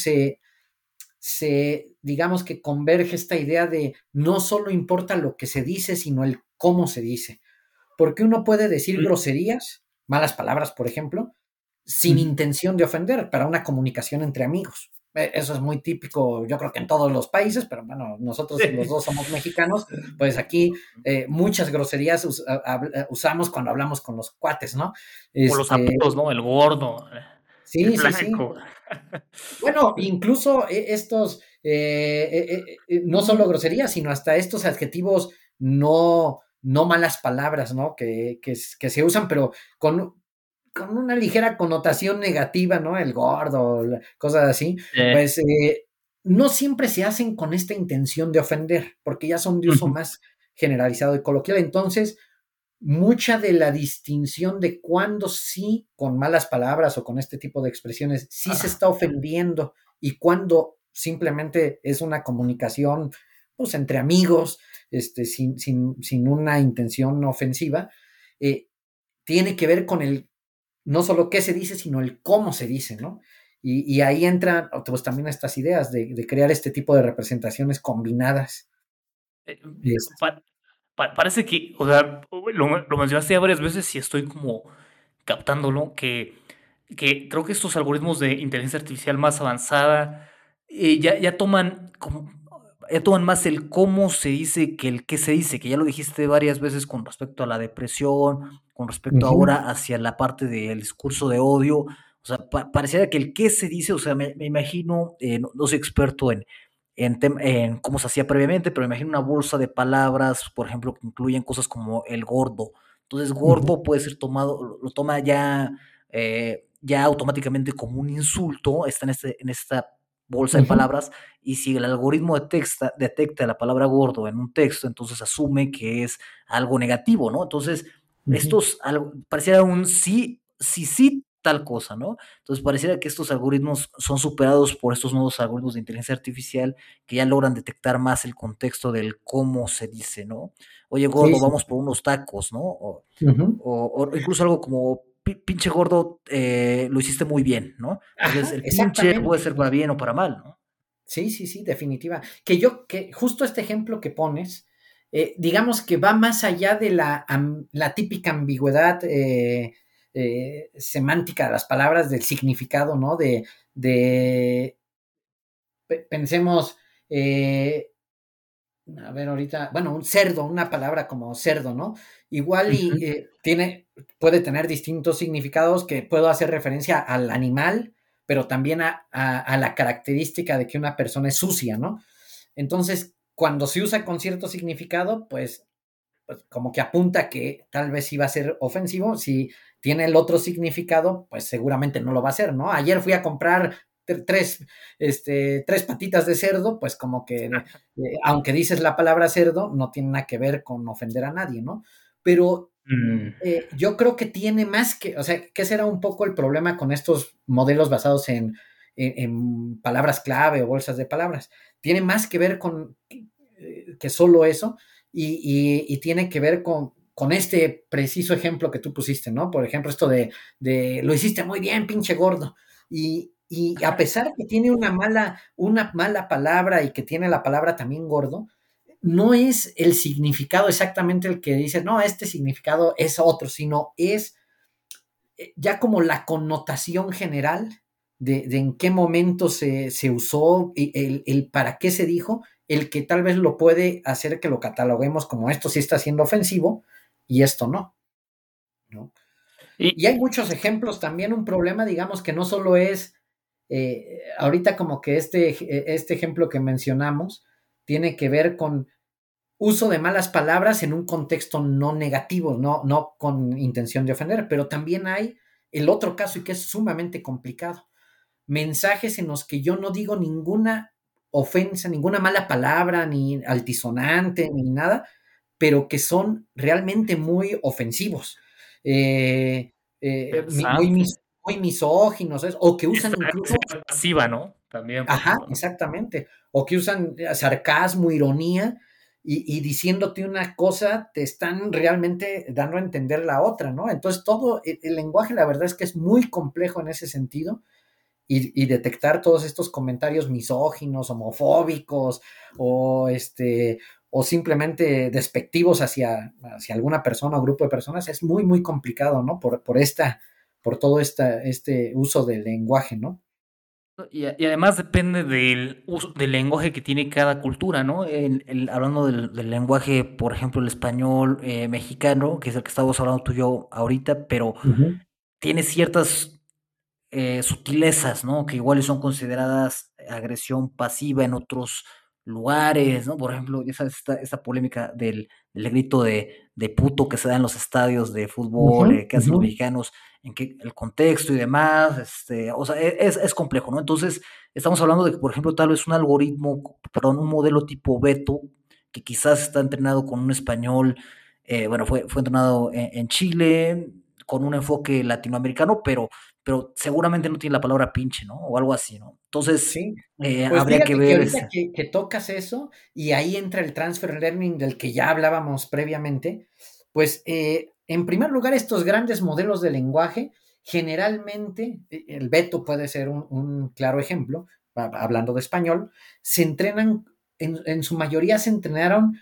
digamos que converge esta idea de no solo importa lo que se dice, sino el cómo se dice. Porque uno puede decir groserías, malas palabras, por ejemplo, sin intención de ofender, para una comunicación entre amigos. Eso es muy típico, yo creo que en todos los países, pero bueno, nosotros los dos somos mexicanos, pues aquí muchas groserías usamos cuando hablamos con los cuates, ¿no? O los Este, apodos, ¿no? El gordo, el sí, sí, sí. flaco. Bueno, incluso estos, no solo groserías, sino hasta estos adjetivos no malas palabras, ¿no? Que se usan, pero con una ligera connotación negativa, ¿no? El gordo, cosas así, pues no siempre se hacen con esta intención de ofender, porque ya son de uso más generalizado y coloquial. Entonces, mucha de la distinción de cuándo sí, con malas palabras o con este tipo de expresiones, sí se está ofendiendo y cuándo simplemente es una comunicación, pues, entre amigos, sin una intención ofensiva, tiene que ver con no solo qué se dice, sino el cómo se dice, ¿no? Y ahí entran, pues, también estas ideas de crear este tipo de representaciones combinadas. Eh, Este, pa parece que, o sea, lo mencionaste ya varias veces y estoy como captándolo, que creo que estos algoritmos de inteligencia artificial más avanzada, ya toman más el cómo se dice que el qué se dice, que ya lo dijiste varias veces con respecto a la depresión, con respecto Ujú, ahora hacia la parte del discurso de odio. O sea, pareciera que el qué se dice, o sea, me imagino, no soy experto en cómo se hacía previamente, pero me imagino una bolsa de palabras, por ejemplo, que incluyen cosas como el gordo. Entonces, ujú, gordo puede ser tomado, lo toma ya automáticamente como un insulto, está en esta bolsa de ujú, palabras, y si el algoritmo detecta la palabra gordo en un texto, entonces asume que es algo negativo, ¿no? Entonces, ujú. pareciera un sí, sí, sí, tal cosa, ¿no? Entonces, pareciera que estos algoritmos son superados por estos nuevos algoritmos de inteligencia artificial que ya logran detectar más el contexto del cómo se dice, ¿no? Oye, Sí, gordo, sí. vamos por unos tacos, ¿no? Ujú. O incluso algo como, pinche gordo, lo hiciste muy bien, ¿no? Entonces, Ajá, el pinche puede exactamente. ser para bien o para mal, ¿no? Sí, sí, sí, definitiva. Que justo este ejemplo que pones, digamos que va más allá de la típica ambigüedad semántica de las palabras, del significado, ¿no? De pensemos, eh, a ver, ahorita, bueno, un cerdo, una palabra como cerdo, ¿no? Igual y Ujú, puede tener distintos significados que puedo hacer referencia al animal, pero también a la característica de que una persona es sucia, ¿no? Entonces, cuando se usa con cierto significado, pues como que apunta que tal vez sí va a ser ofensivo. Si tiene el otro significado, pues seguramente no lo va a ser, ¿no? Ayer fui a comprar tres patitas de cerdo, pues como que, aunque dices la palabra cerdo, no tiene nada que ver con ofender a nadie, ¿no? Pero Mm. yo creo que tiene más que, o sea, que ese era un poco el problema con estos modelos basados en palabras clave o bolsas de palabras. Tiene más que ver con que solo eso y tiene que ver con este preciso ejemplo que tú pusiste, ¿no? Por ejemplo, esto de lo hiciste muy bien, pinche gordo. Y a pesar que tiene una mala palabra y que tiene la palabra también gordo, no es el significado exactamente el que dice, no, este significado es otro, sino es ya como la connotación general de en qué momento se usó, el para qué se dijo, el que tal vez lo puede hacer que lo cataloguemos como esto sí está siendo ofensivo y esto no, ¿no? Y, Y hay muchos ejemplos también, un problema, digamos, que no solo es, ahorita como que este ejemplo que mencionamos tiene que ver con uso de malas palabras en un contexto no negativo, no con intención de ofender, pero también hay el otro caso y que es sumamente complicado. Mensajes en los que yo no digo ninguna ofensa, ninguna mala palabra, ni altisonante, ni nada, pero que son realmente muy ofensivos, interesante. muy misóginos, o que usan Esa incluso, pasiva, ¿no? También, por ajá, ejemplo, ¿no? exactamente. O que usan sarcasmo, ironía, y diciéndote una cosa, te están realmente dando a entender la otra, ¿no? Entonces, todo el lenguaje, la verdad es que es muy complejo en ese sentido, y detectar todos estos comentarios misóginos, homofóbicos, o simplemente despectivos hacia alguna persona o grupo de personas, es muy, muy complicado, ¿no? Por todo este uso del lenguaje, ¿no? Y además depende del uso del lenguaje que tiene cada cultura, ¿no? Hablando del lenguaje, por ejemplo, el español mexicano, que es el que estamos hablando tú y yo ahorita, pero Ujú, tiene ciertas sutilezas, ¿no? Que igual son consideradas agresión pasiva en otros lugares, ¿no? Por ejemplo, ya sabes, esta polémica del grito de puto que se da en los estadios de ujú, fútbol, que hacen ujú. los mexicanos, en que el contexto y demás, o sea, es complejo, ¿no? Entonces, estamos hablando de que, por ejemplo, tal vez un algoritmo, perdón, un modelo tipo Beto, que quizás está entrenado con un español, bueno, fue entrenado en Chile, con un enfoque latinoamericano, pero seguramente no tiene la palabra pinche, ¿no? O algo así, ¿no? Entonces, Sí, pues habría que fíjate que ver ahorita que tocas eso y ahí entra el transfer learning del que ya hablábamos previamente, pues en primer lugar estos grandes modelos de lenguaje, generalmente, el Beto puede ser un claro ejemplo, hablando de español, se entrenan, en su mayoría se entrenaron,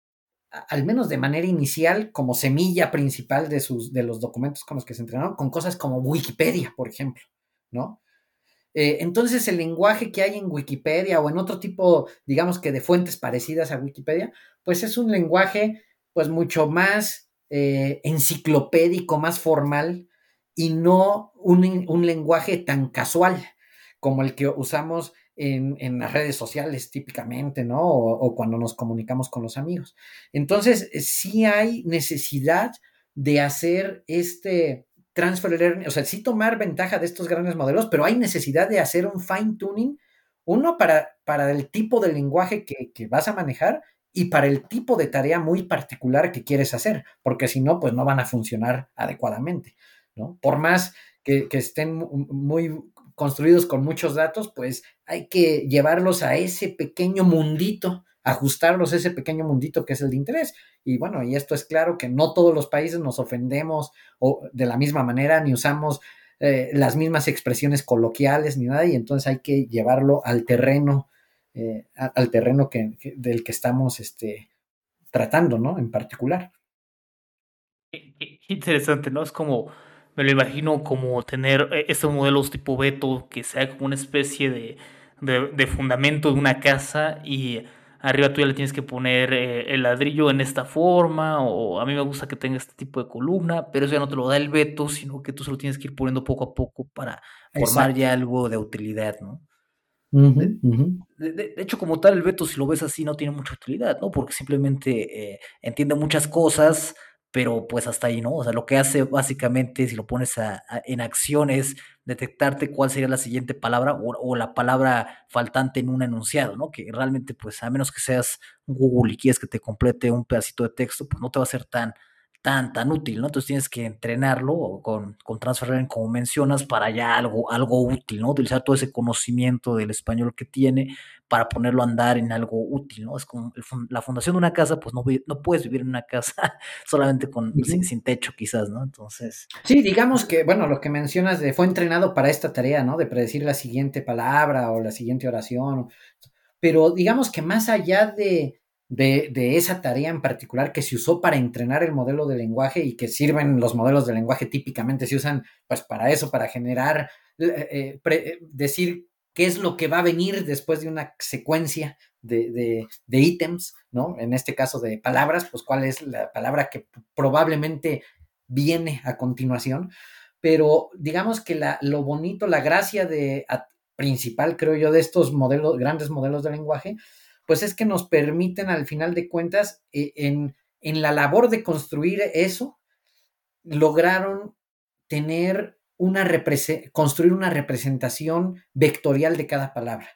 al menos de manera inicial, como semilla principal de los documentos con los que se entrenaron, con cosas como Wikipedia, por ejemplo, ¿no? Entonces, el lenguaje que hay en Wikipedia o en otro tipo, digamos que de fuentes parecidas a Wikipedia, pues es un lenguaje pues mucho más enciclopédico, más formal y no un lenguaje tan casual como el que usamos en las redes sociales típicamente, ¿no? O cuando nos comunicamos con los amigos. Entonces, sí hay necesidad de hacer transfer learning, o sea, sí tomar ventaja de estos grandes modelos, pero hay necesidad de hacer un fine tuning, uno para el tipo de lenguaje que vas a manejar y para el tipo de tarea muy particular que quieres hacer, porque si no, pues no van a funcionar adecuadamente, ¿no? Por más que estén muy construidos con muchos datos, pues hay que llevarlos a ese pequeño mundito, ajustarlos a ese pequeño mundito que es el de interés. Y bueno, y esto es claro que no todos los países nos ofendemos o de la misma manera, ni usamos las mismas expresiones coloquiales, ni nada, y entonces hay que llevarlo al terreno del que estamos tratando, ¿no? En particular. qué interesante, ¿no? Es como, me lo imagino como tener estos modelos tipo Beto, que sea como una especie de fundamento de una casa y arriba tú ya le tienes que poner el ladrillo en esta forma, o a mí me gusta que tenga este tipo de columna, pero eso ya no te lo da el Beto, sino que tú se lo tienes que ir poniendo poco a poco para formar Exacto. ya algo de utilidad, ¿no? Ujú, De, ujú. de hecho, como tal, el veto, si lo ves así, no tiene mucha utilidad, ¿no? Porque simplemente entiende muchas cosas, pero pues hasta ahí, ¿no? O sea, lo que hace básicamente, si lo pones en acción, es detectarte cuál sería la siguiente palabra o la palabra faltante en un enunciado, ¿no? Que realmente, pues, a menos que seas Google y quieres que te complete un pedacito de texto, pues no te va a ser tan útil, ¿no? Entonces tienes que entrenarlo con Transfer Learning, como mencionas, para ya algo útil, ¿no? Utilizar todo ese conocimiento del español que tiene para ponerlo a andar en algo útil, ¿no? Es como la fundación de una casa, pues no puedes vivir en una casa solamente Ujú. sin techo, quizás, ¿no? Entonces, Sí, digamos que, bueno, lo que mencionas de fue entrenado para esta tarea, ¿no? De predecir la siguiente palabra o la siguiente oración. Pero digamos que más allá de esa tarea en particular que se usó para entrenar el modelo de lenguaje y que sirven los modelos de lenguaje típicamente se usan pues para eso, para generar, decir qué es lo que va a venir después de una secuencia de ítems, ¿no? En este caso de palabras, pues cuál es la palabra que probablemente viene a continuación. Pero digamos que lo bonito, la gracia principal, creo yo, de estos modelos, grandes modelos de lenguaje, pues es que nos permiten al final de cuentas, en la labor de construir eso, lograron tener construir una representación vectorial de cada palabra,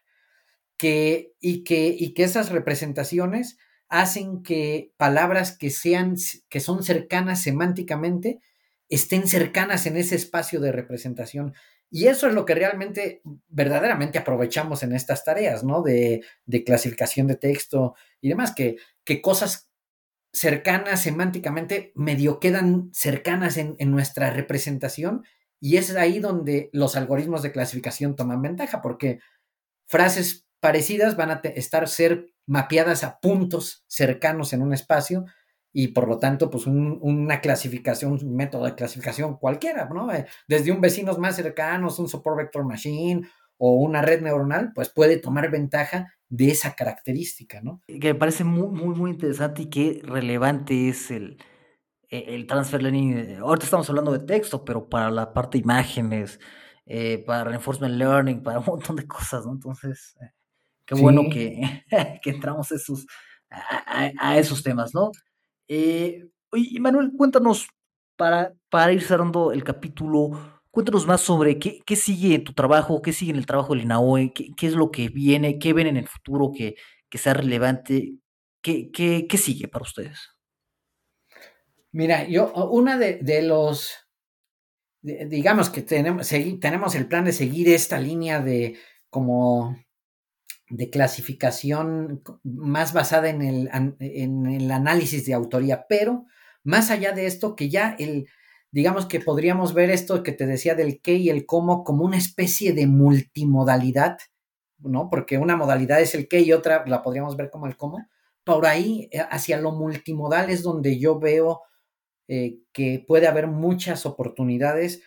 y que esas representaciones hacen que palabras que son cercanas semánticamente estén cercanas en ese espacio de representación. Y eso es lo que realmente, verdaderamente aprovechamos en estas tareas, ¿no? De clasificación de texto y demás, que cosas cercanas semánticamente medio quedan cercanas en nuestra representación, y es ahí donde los algoritmos de clasificación toman ventaja, porque frases parecidas van a ser mapeadas a puntos cercanos en un espacio, y por lo tanto, pues una clasificación, un método de clasificación cualquiera, ¿no? Desde un vecinos más cercanos, un support vector machine o una red neuronal, pues puede tomar ventaja de esa característica, ¿no? que me parece muy interesante y qué relevante es el transfer learning. Ahorita estamos hablando de texto, pero para la parte de imágenes, para reinforcement learning, para un montón de cosas, ¿no? Entonces, qué bueno Sí. que, que entramos a esos temas, ¿no? Oye, Manuel, cuéntanos, para ir cerrando el capítulo, cuéntanos más sobre qué sigue en tu trabajo, qué sigue en el trabajo del INAOE, qué es lo que viene, qué ven en el futuro que sea relevante, qué sigue para ustedes. Mira, una digamos que tenemos el plan de seguir esta línea como de clasificación más basada en el análisis de autoría, pero más allá de esto, que ya digamos que podríamos ver esto que te decía del qué y el cómo como una especie de multimodalidad, ¿no? Porque una modalidad es el qué y otra la podríamos ver como el cómo. Por ahí, hacia lo multimodal es donde yo veo que puede haber muchas oportunidades,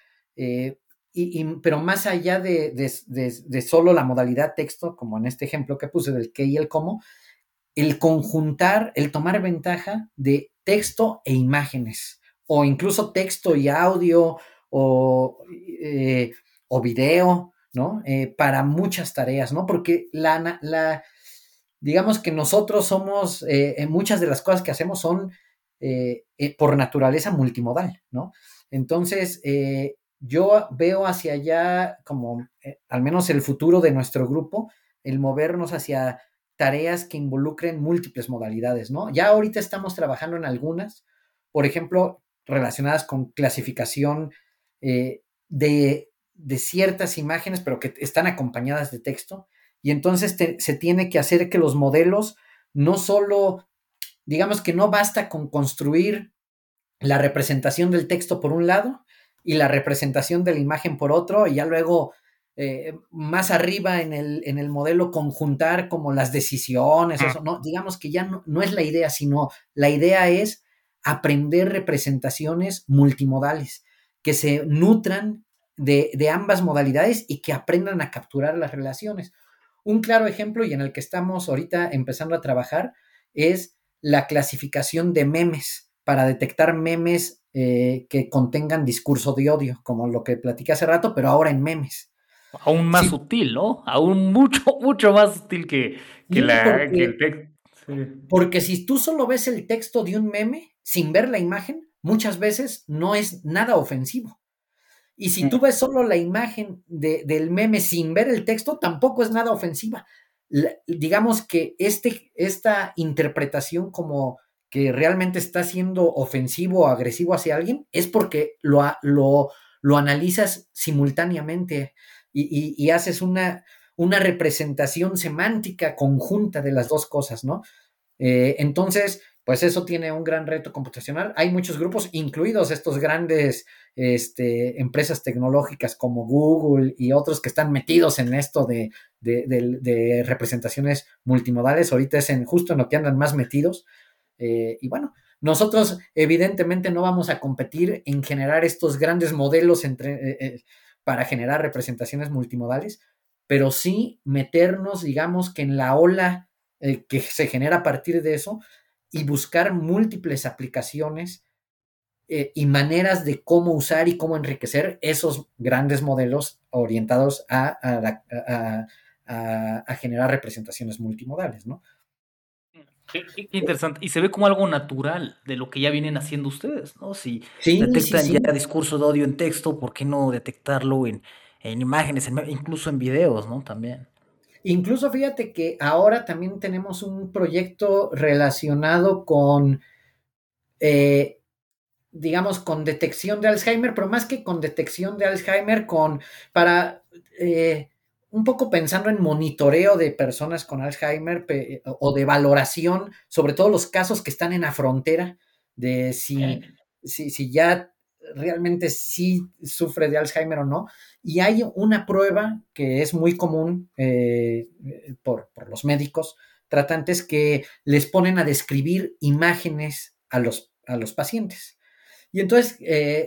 pero más allá de solo la modalidad texto, como en este ejemplo que puse del qué y el cómo, el conjuntar, el tomar ventaja de texto e imágenes, o incluso texto y audio, o, o video, ¿no? Para muchas tareas, ¿no? Porque digamos que nosotros somos, en muchas de las cosas que hacemos son por naturaleza multimodal, ¿no? Entonces, yo veo hacia allá como, al menos el futuro de nuestro grupo, el movernos hacia tareas que involucren múltiples modalidades, ¿no? Ya ahorita estamos trabajando en algunas, por ejemplo, relacionadas con clasificación eh, de ciertas imágenes, pero que están acompañadas de texto, y entonces se tiene que hacer que los modelos no solo, digamos que no basta con construir la representación del texto por un lado y la representación de la imagen por otro, y ya luego más arriba en el modelo conjuntar como las decisiones, eso, no, digamos que ya no es la idea, sino la idea es aprender representaciones multimodales que se nutran de ambas modalidades y que aprendan a capturar las relaciones. Un claro ejemplo, y en el que estamos ahorita empezando a trabajar, es la clasificación de memes para detectar memes que contengan discurso de odio, como lo que platiqué hace rato, pero ahora en memes. Aún más Sí, sutil, ¿no? Aún mucho más sutil sí, que el texto. Sí. porque si tú solo ves el texto de un meme sin ver la imagen, muchas veces no es nada ofensivo. Y si tú ves solo la imagen del meme sin ver el texto, tampoco es nada ofensiva. Digamos que esta interpretación como que realmente está siendo ofensivo o agresivo hacia alguien es porque lo analizas simultáneamente y haces una representación semántica conjunta de las dos cosas, ¿no? Entonces, pues eso tiene un gran reto computacional. Hay muchos grupos, incluidos estos grandes empresas tecnológicas como Google y otros que están metidos en esto de representaciones multimodales. Ahorita es justo en lo que andan más metidos. Y bueno, nosotros evidentemente no vamos a competir en generar estos grandes modelos para generar representaciones multimodales, pero sí meternos, digamos, que en la ola que se genera a partir de eso y buscar múltiples aplicaciones y maneras de cómo usar y cómo enriquecer esos grandes modelos orientados a generar representaciones multimodales, ¿no? Qué interesante. Y se ve como algo natural de lo que ya vienen haciendo ustedes, ¿no? Si Sí, sí, detectan sí. ya discurso de odio en texto, ¿por qué no detectarlo en imágenes, incluso en videos, ¿no? También. Incluso fíjate que ahora también tenemos un proyecto relacionado con, eh, digamos, con detección de Alzheimer, pero más que con detección de Alzheimer, para un poco pensando en monitoreo de personas con Alzheimer o de valoración, sobre todo los casos que están en la frontera de si ya realmente sí sufre de Alzheimer o no. Y hay una prueba que es muy común por los médicos tratantes que les ponen a describir imágenes a los pacientes. Y entonces,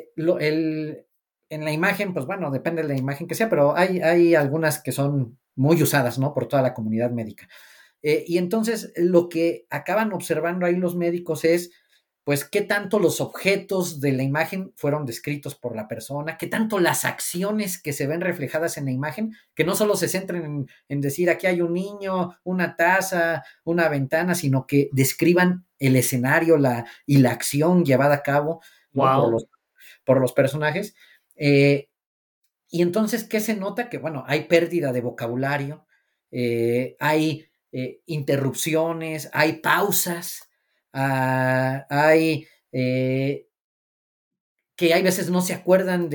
en la imagen, pues bueno, depende de la imagen que sea, pero hay algunas que son muy usadas, ¿no? Por toda la comunidad médica. Y entonces, lo que acaban observando ahí los médicos es, pues, qué tanto los objetos de la imagen fueron descritos por la persona, qué tanto las acciones que se ven reflejadas en la imagen, que no solo se centren en decir, aquí hay un niño, una taza, una ventana, sino que describan el escenario y la acción llevada a cabo, ¿no? Wow. Por los personajes. Y entonces, ¿qué se nota? Que, bueno, hay pérdida de vocabulario, hay interrupciones, hay pausas, hay que hay veces no se acuerdan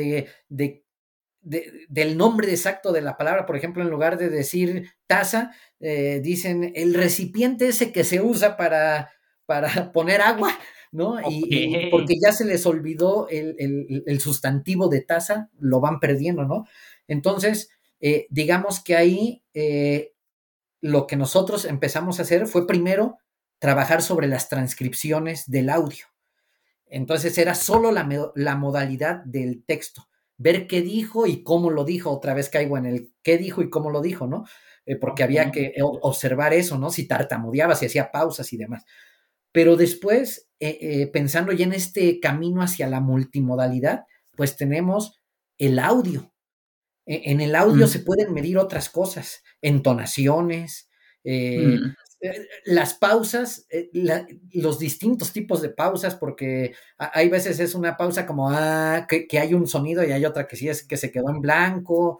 del nombre exacto de la palabra. Por ejemplo, en lugar de decir taza, dicen el recipiente ese que se usa para poner agua, ¿no? Ok. Y porque ya se les olvidó el sustantivo de taza, lo van perdiendo, ¿no? Entonces, digamos que ahí lo que nosotros empezamos a hacer fue primero trabajar sobre las transcripciones del audio. Entonces era solo la modalidad del texto, ver qué dijo y cómo lo dijo. Otra vez caigo en el qué dijo y cómo lo dijo, ¿no? Porque había que observar eso, ¿no? Si tartamudeaba, si hacía pausas y demás. Pero después, pensando ya en este camino hacia la multimodalidad, pues tenemos el audio. En el audio se pueden medir otras cosas, entonaciones, las pausas, los distintos tipos de pausas, porque hay veces es una pausa como que hay un sonido y hay otra que sí es que se quedó en blanco.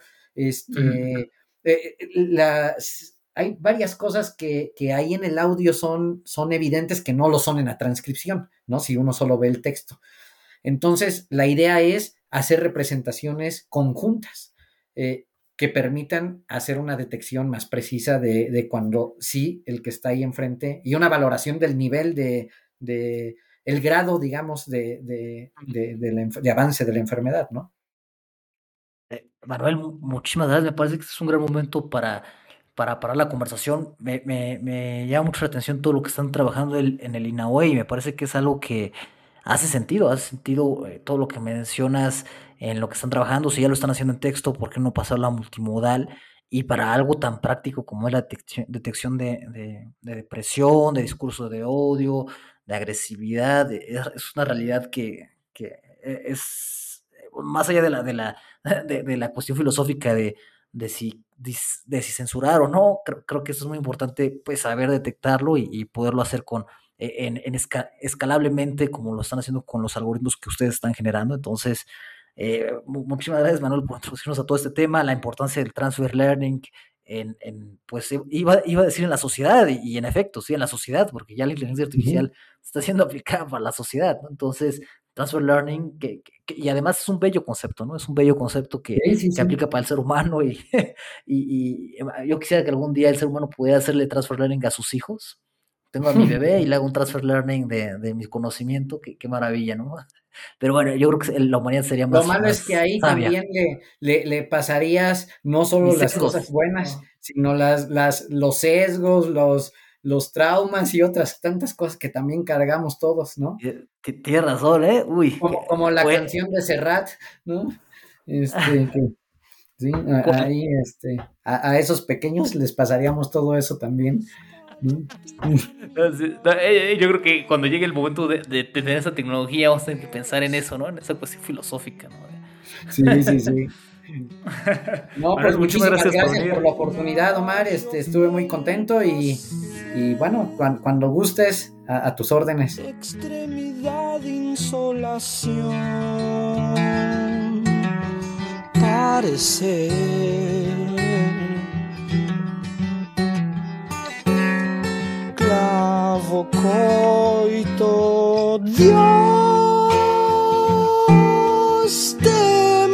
Hay varias cosas que ahí en el audio son evidentes que no lo son en la transcripción, ¿no? Si uno solo ve el texto. Entonces, la idea es hacer representaciones conjuntas que permitan hacer una detección más precisa de cuando sí el que está ahí enfrente y una valoración del nivel de el grado, digamos, de avance de la enfermedad, ¿no? Manuel, muchísimas gracias. Me parece que este es un gran momento para parar la conversación. Me llama mucho la atención todo lo que están trabajando en el INAHUE y me parece que es algo que hace sentido todo lo que mencionas en lo que están trabajando. Si ya lo están haciendo en texto, ¿por qué no pasarlo a multimodal? Y para algo tan práctico como es la detección de depresión, de discurso de odio, de agresividad, es una realidad que es más allá de la cuestión filosófica de si censurar o no. Creo que eso es muy importante, pues, saber detectarlo y poderlo hacer con escalablemente como lo están haciendo con los algoritmos que ustedes están generando. Entonces, muchísimas gracias, Manuel, por introducirnos a todo este tema, la importancia del transfer learning pues iba a decir en la sociedad, y en efecto, sí, en la sociedad, porque ya la inteligencia artificial está siendo aplicada para la sociedad, ¿no? Entonces, transfer learning, y además es un bello concepto, ¿no? Es un bello concepto que aplica para el ser humano, y yo quisiera que algún día el ser humano pudiera hacerle transfer learning a sus hijos. Tengo a mi bebé y le hago un transfer learning de mi conocimiento, qué maravilla, ¿no? Pero bueno, yo creo que la humanidad sería más. Lo malo es que ahí sabia. También le pasarías no solo las cosas buenas, sino los sesgos, los traumas y otras tantas cosas que también cargamos todos, ¿no? Tienes razón, ¿eh? Uy. Como la canción de Serrat, ¿no? Sí, ahí a esos pequeños les pasaríamos todo eso también. Yo creo que cuando llegue el momento de tener esa tecnología vamos a tener que pensar en eso, ¿no? En esa cuestión filosófica, ¿no? Sí. No, pues muchísimas gracias por la oportunidad, Omar. Estuve muy contento y bueno, cuando gustes, a tus órdenes. Extremidad, insolación, parecer. Clavo, coito, Dios,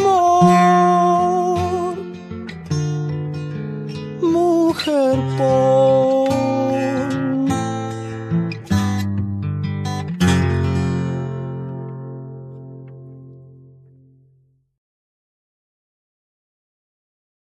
temor, mujer, por